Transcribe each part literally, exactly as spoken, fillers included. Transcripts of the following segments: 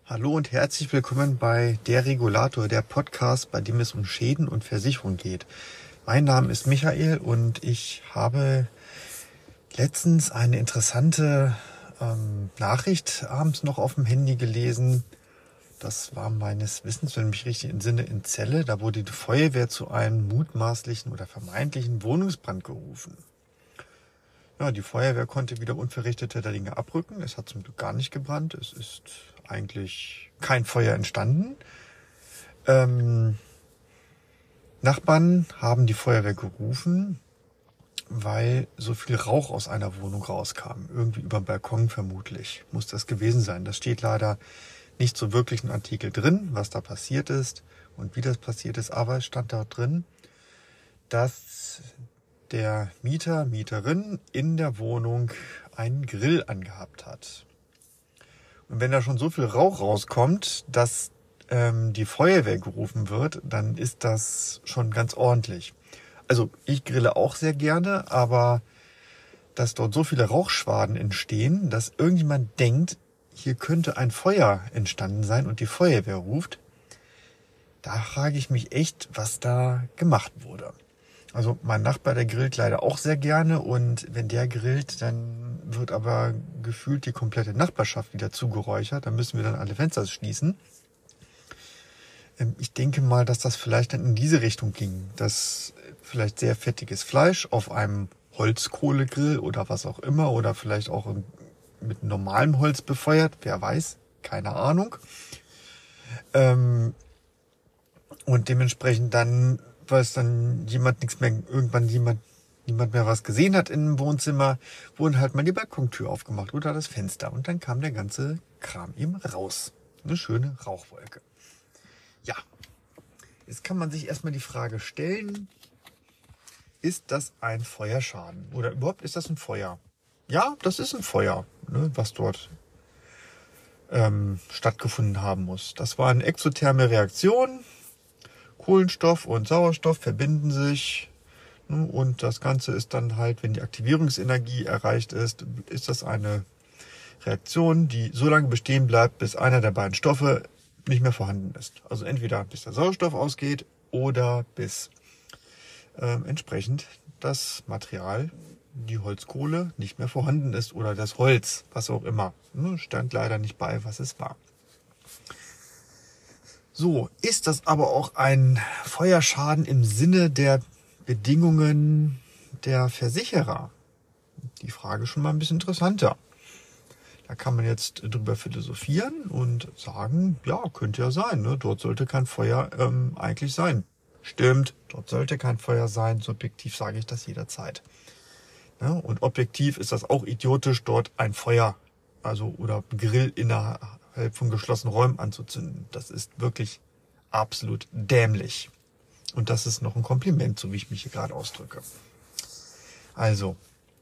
Hallo und herzlich willkommen bei Der Regulator, der Podcast, bei dem es um Schäden und Versicherung geht. Mein Name ist Michael und ich habe letztens eine interessante ähm, Nachricht abends noch auf dem Handy gelesen. Das war meines Wissens, wenn ich mich richtig entsinne, in Celle. Da wurde die Feuerwehr zu einem mutmaßlichen oder vermeintlichen Wohnungsbrand gerufen. Ja, die Feuerwehr konnte wieder unverrichteter Dinge abrücken. Es hat zum Glück gar nicht gebrannt. Es ist eigentlich kein Feuer entstanden. Ähm, Nachbarn haben die Feuerwehr gerufen, weil so viel Rauch aus einer Wohnung rauskam. Irgendwie über den Balkon vermutlich muss das gewesen sein. Das steht leider nicht so wirklich im Artikel drin, was da passiert ist und wie das passiert ist. Aber es stand da drin, dass der Mieter, Mieterin in der Wohnung einen Grill angehabt hat. Und wenn da schon so viel Rauch rauskommt, dass ähm, die Feuerwehr gerufen wird, dann ist das schon ganz ordentlich. Also ich grille auch sehr gerne, aber dass dort so viele Rauchschwaden entstehen, dass irgendjemand denkt, hier könnte ein Feuer entstanden sein und die Feuerwehr ruft, da frage ich mich echt, was da gemacht wurde. Also mein Nachbar, der grillt leider auch sehr gerne und wenn der grillt, dann wird aber gefühlt die komplette Nachbarschaft wieder zugeräuchert. Da müssen wir dann alle Fenster schließen. Ich denke mal, dass das vielleicht dann in diese Richtung ging, dass vielleicht sehr fettiges Fleisch auf einem Holzkohlegrill oder was auch immer oder vielleicht auch mit normalem Holz befeuert, wer weiß, keine Ahnung. Und dementsprechend dann, weil es dann jemand nichts mehr, irgendwann jemand, niemand mehr was gesehen hat im Wohnzimmer, wurden halt mal die Balkontür aufgemacht oder das Fenster und dann kam der ganze Kram eben raus. Eine schöne Rauchwolke. Ja, jetzt kann man sich erstmal die Frage stellen, ist das ein Feuerschaden oder überhaupt ist das ein Feuer? Ja, das ist ein Feuer, ne, was dort ähm, stattgefunden haben muss. Das war eine exotherme Reaktion. Kohlenstoff und Sauerstoff verbinden sich und das Ganze ist dann halt, wenn die Aktivierungsenergie erreicht ist, ist das eine Reaktion, die so lange bestehen bleibt, bis einer der beiden Stoffe nicht mehr vorhanden ist. Also entweder bis der Sauerstoff ausgeht oder bis äh, entsprechend das Material, die Holzkohle, nicht mehr vorhanden ist oder das Holz, was auch immer. Stand leider nicht bei, was es war. So, ist das aber auch ein Feuerschaden im Sinne der Bedingungen der Versicherer? Die Frage ist schon mal ein bisschen interessanter. Da kann man jetzt drüber philosophieren und sagen, ja, könnte ja sein, ne? Dort sollte kein Feuer ähm, eigentlich sein. Stimmt, dort sollte kein Feuer sein, subjektiv sage ich das jederzeit. Ja, und objektiv ist das auch idiotisch, dort ein Feuer, also oder Grill innerhalb von geschlossenen Räumen anzuzünden. Das ist wirklich absolut dämlich. Und das ist noch ein Kompliment, so wie ich mich hier gerade ausdrücke. Also,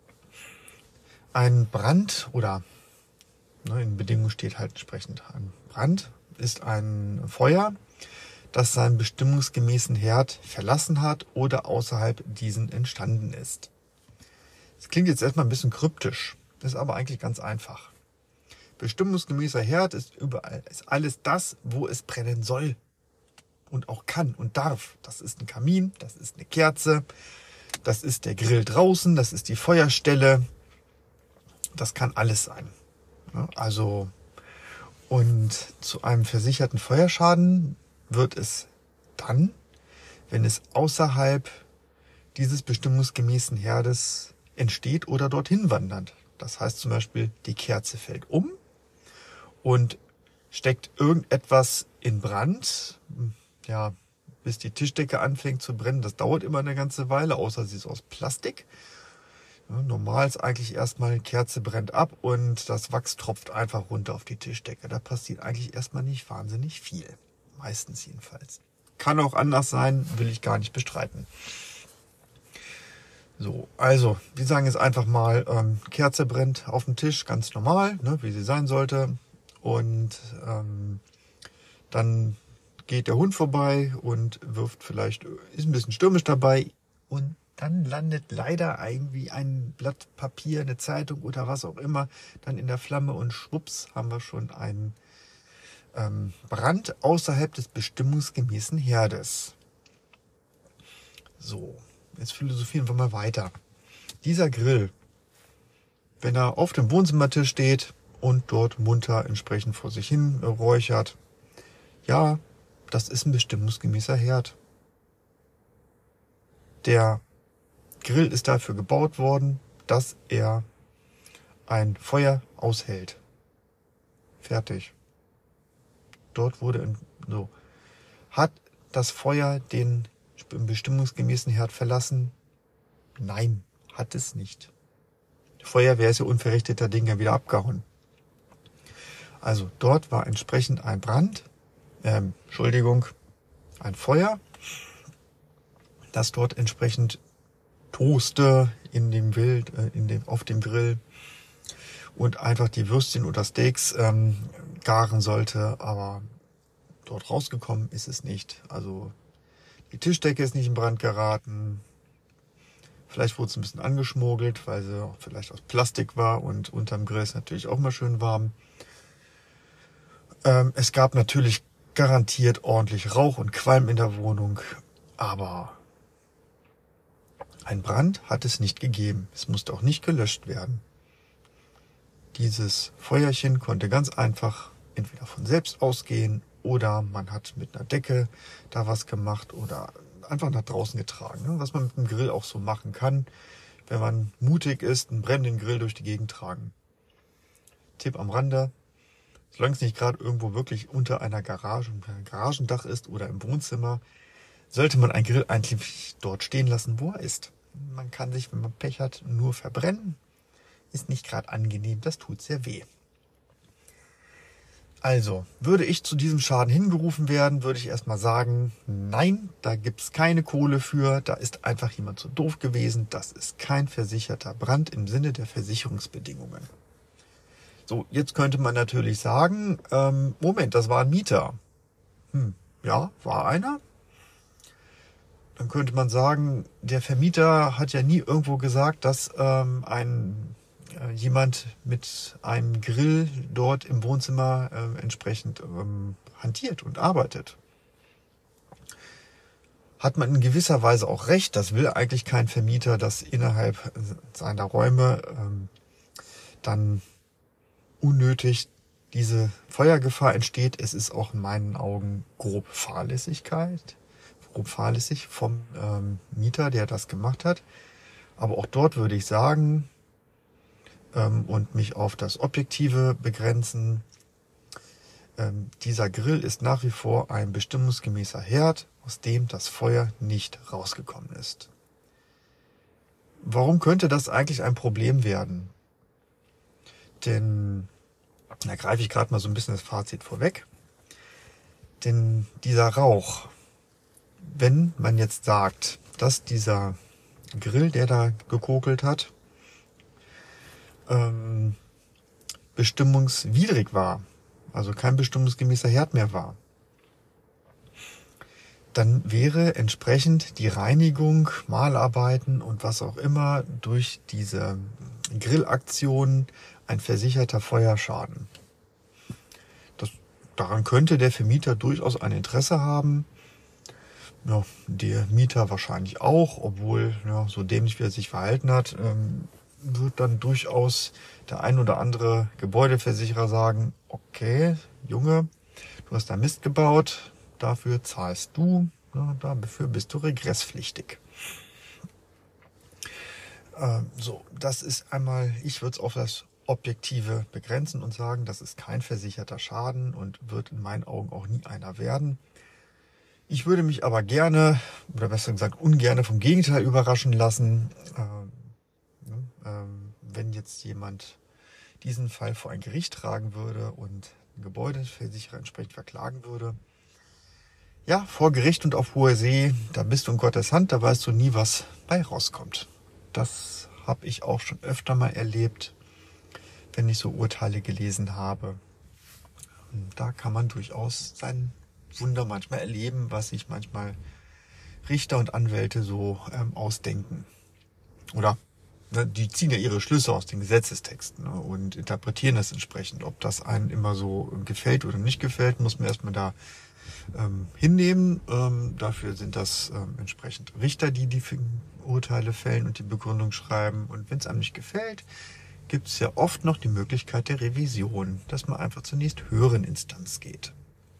ein Brand oder ne, in Bedingungen steht halt entsprechend ein Brand, ist ein Feuer, das seinen bestimmungsgemäßen Herd verlassen hat oder außerhalb diesen entstanden ist. Das klingt jetzt erstmal ein bisschen kryptisch, ist aber eigentlich ganz einfach. Bestimmungsgemäßer Herd ist überall, ist alles das, wo es brennen soll und auch kann und darf. Das ist ein Kamin, das ist eine Kerze, das ist der Grill draußen, das ist die Feuerstelle, das kann alles sein. Also, und zu einem versicherten Feuerschaden wird es dann, wenn es außerhalb dieses bestimmungsgemäßen Herdes entsteht oder dorthin wandert. Das heißt zum Beispiel, die Kerze fällt um und steckt irgendetwas in Brand, ja, bis die Tischdecke anfängt zu brennen. Das dauert immer eine ganze Weile, außer sie ist aus Plastik. Ja, normal ist eigentlich erstmal, eine Kerze brennt ab und das Wachs tropft einfach runter auf die Tischdecke. Da passiert eigentlich erstmal nicht wahnsinnig viel. Meistens jedenfalls. Kann auch anders sein, will ich gar nicht bestreiten. So, also, wir sagen jetzt einfach mal, ähm, Kerze brennt auf dem Tisch, ganz normal, ne, wie sie sein sollte. Und ähm, dann geht der Hund vorbei und wirft vielleicht, ist ein bisschen stürmisch dabei. Und dann landet leider irgendwie ein Blatt Papier, eine Zeitung oder was auch immer, dann in der Flamme und schwupps haben wir schon einen ähm, Brand außerhalb des bestimmungsgemäßen Herdes. So, jetzt philosophieren wir mal weiter. Dieser Grill, wenn er auf dem Wohnzimmertisch steht und dort munter entsprechend vor sich hin räuchert, ja, das ist ein bestimmungsgemäßer Herd. Der Grill ist dafür gebaut worden, dass er ein Feuer aushält. Fertig. Dort wurde in, so. Hat das Feuer den bestimmungsgemäßen Herd verlassen? Nein, hat es nicht. Die Feuerwehr ist ja unverrichteter Dinge wieder abgehauen. Also dort war entsprechend ein Brand, ähm, Entschuldigung, ein Feuer, das dort entsprechend toaste in dem Wild, äh, in dem, auf dem Grill und einfach die Würstchen oder Steaks ähm, garen sollte, aber dort rausgekommen ist es nicht. Also die Tischdecke ist nicht in Brand geraten. Vielleicht wurde es ein bisschen angeschmuggelt, weil sie auch vielleicht aus Plastik war und unterm Grill ist natürlich auch mal schön warm. Ähm, es gab natürlich garantiert ordentlich Rauch und Qualm in der Wohnung, aber ein Brand hat es nicht gegeben. Es musste auch nicht gelöscht werden. Dieses Feuerchen konnte ganz einfach entweder von selbst ausgehen oder man hat mit einer Decke da was gemacht oder einfach nach draußen getragen. Ne? Was man mit dem Grill auch so machen kann, wenn man mutig ist, einen brennenden Grill durch die Gegend tragen. Tipp am Rande, solange es nicht gerade irgendwo wirklich unter einer Garage, ein Garagendach ist oder im Wohnzimmer, sollte man einen Grill eigentlich dort stehen lassen, wo er ist. Man kann sich, wenn man Pech hat, nur verbrennen. Ist nicht gerade angenehm, das tut sehr weh. Also, würde ich zu diesem Schaden hingerufen werden, würde ich erstmal sagen, nein, da gibt's keine Kohle für, da ist einfach jemand so doof gewesen, das ist kein versicherter Brand im Sinne der Versicherungsbedingungen. So, jetzt könnte man natürlich sagen, ähm, Moment, das war ein Mieter. Hm, ja, war einer. Dann könnte man sagen, der Vermieter hat ja nie irgendwo gesagt, dass ähm, ein jemand mit einem Grill dort im Wohnzimmer äh, entsprechend ähm, hantiert und arbeitet. Hat man in gewisser Weise auch recht, das will eigentlich kein Vermieter, dass innerhalb seiner Räume ähm, dann unnötig diese Feuergefahr entsteht. Es ist auch in meinen Augen grob Fahrlässigkeit, grob fahrlässig vom ähm, Mieter, der das gemacht hat. Aber auch dort würde ich sagen, und mich auf das Objektive begrenzen. Ähm, dieser Grill ist nach wie vor ein bestimmungsgemäßer Herd, aus dem das Feuer nicht rausgekommen ist. Warum könnte das eigentlich ein Problem werden? Denn, da greife ich gerade mal so ein bisschen das Fazit vorweg, denn dieser Rauch, wenn man jetzt sagt, dass dieser Grill, der da gekokelt hat, Ähm, bestimmungswidrig war, also kein bestimmungsgemäßer Herd mehr war, dann wäre entsprechend die Reinigung, Malarbeiten und was auch immer durch diese Grillaktion ein versicherter Feuerschaden. Das, daran könnte der Vermieter durchaus ein Interesse haben. Ja, der Mieter wahrscheinlich auch, obwohl ja, so dämlich wie er sich verhalten hat, ähm, wird dann durchaus der ein oder andere Gebäudeversicherer sagen, okay, Junge, du hast da Mist gebaut, dafür zahlst du, ja, dafür bist du regresspflichtig. Äh, so, das ist einmal, ich würde es auf das Objektive begrenzen und sagen, das ist kein versicherter Schaden und wird in meinen Augen auch nie einer werden. Ich würde mich aber gerne, oder besser gesagt ungerne vom Gegenteil überraschen lassen, äh, wenn jetzt jemand diesen Fall vor ein Gericht tragen würde und einen Gebäudeversicherer entsprechend verklagen würde. Ja, vor Gericht und auf hoher See, da bist du in Gottes Hand, da weißt du nie, was bei rauskommt. Das habe ich auch schon öfter mal erlebt, wenn ich so Urteile gelesen habe. Und da kann man durchaus sein Wunder manchmal erleben, was sich manchmal Richter und Anwälte so ähm, ausdenken. Oder ne, die ziehen ja ihre Schlüsse aus den Gesetzestexten, ne, und interpretieren das entsprechend. Ob das einem immer so gefällt oder nicht gefällt, muss man erstmal da ähm, hinnehmen. Ähm, dafür sind das ähm, entsprechend Richter, die die Urteile fällen und die Begründung schreiben. Und wenn es einem nicht gefällt, gibt es ja oft noch die Möglichkeit der Revision, dass man einfach zur nächst höheren Instanz geht.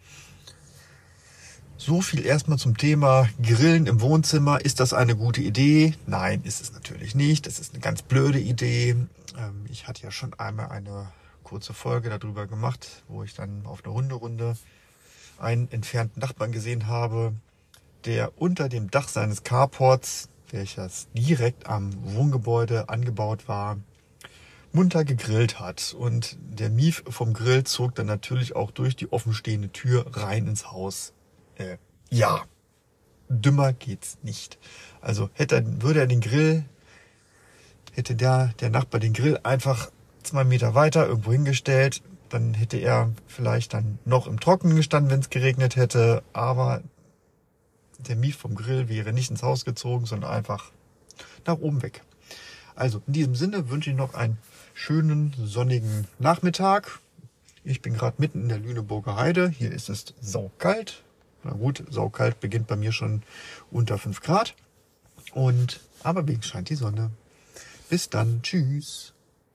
So viel erstmal zum Thema Grillen im Wohnzimmer. Ist das eine gute Idee? Nein, ist es natürlich nicht. Das ist eine ganz blöde Idee. Ähm, ich hatte ja schon einmal eine kurze Folge darüber gemacht, wo ich dann auf einer Hunderunde einen entfernten Nachbarn gesehen habe, der unter dem Dach seines Carports, welches direkt am Wohngebäude angebaut war, munter gegrillt hat. Und der Mief vom Grill zog dann natürlich auch durch die offenstehende Tür rein ins Haus. Äh, ja, dümmer geht's nicht. Also hätte er, würde er den Grill, hätte der, der Nachbar den Grill einfach zwei Meter weiter irgendwo hingestellt, dann hätte er vielleicht dann noch im Trockenen gestanden, wenn es geregnet hätte. Aber der Mief vom Grill wäre nicht ins Haus gezogen, sondern einfach nach oben weg. Also in diesem Sinne wünsche ich noch einen schönen sonnigen Nachmittag. Ich bin gerade mitten in der Lüneburger Heide. Hier ist es saukalt. Na gut, saukalt beginnt bei mir schon unter fünf Grad. Und aber wegen scheint die Sonne. Bis dann. Tschüss.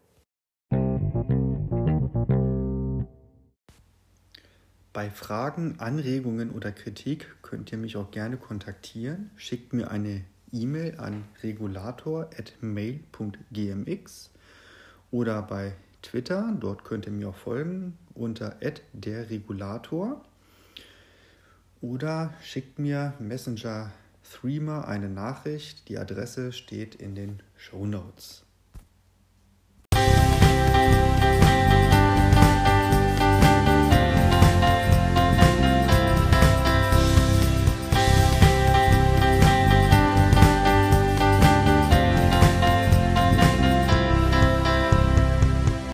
Bei Fragen, Anregungen oder Kritik könnt ihr mich auch gerne kontaktieren. Schickt mir eine E-Mail an regulator at mail punkt gmx oder bei Twitter, dort könnt ihr mir auch folgen unter at der Regulator, oder schickt mir Messenger Threema eine Nachricht. Die Adresse steht in den Shownotes.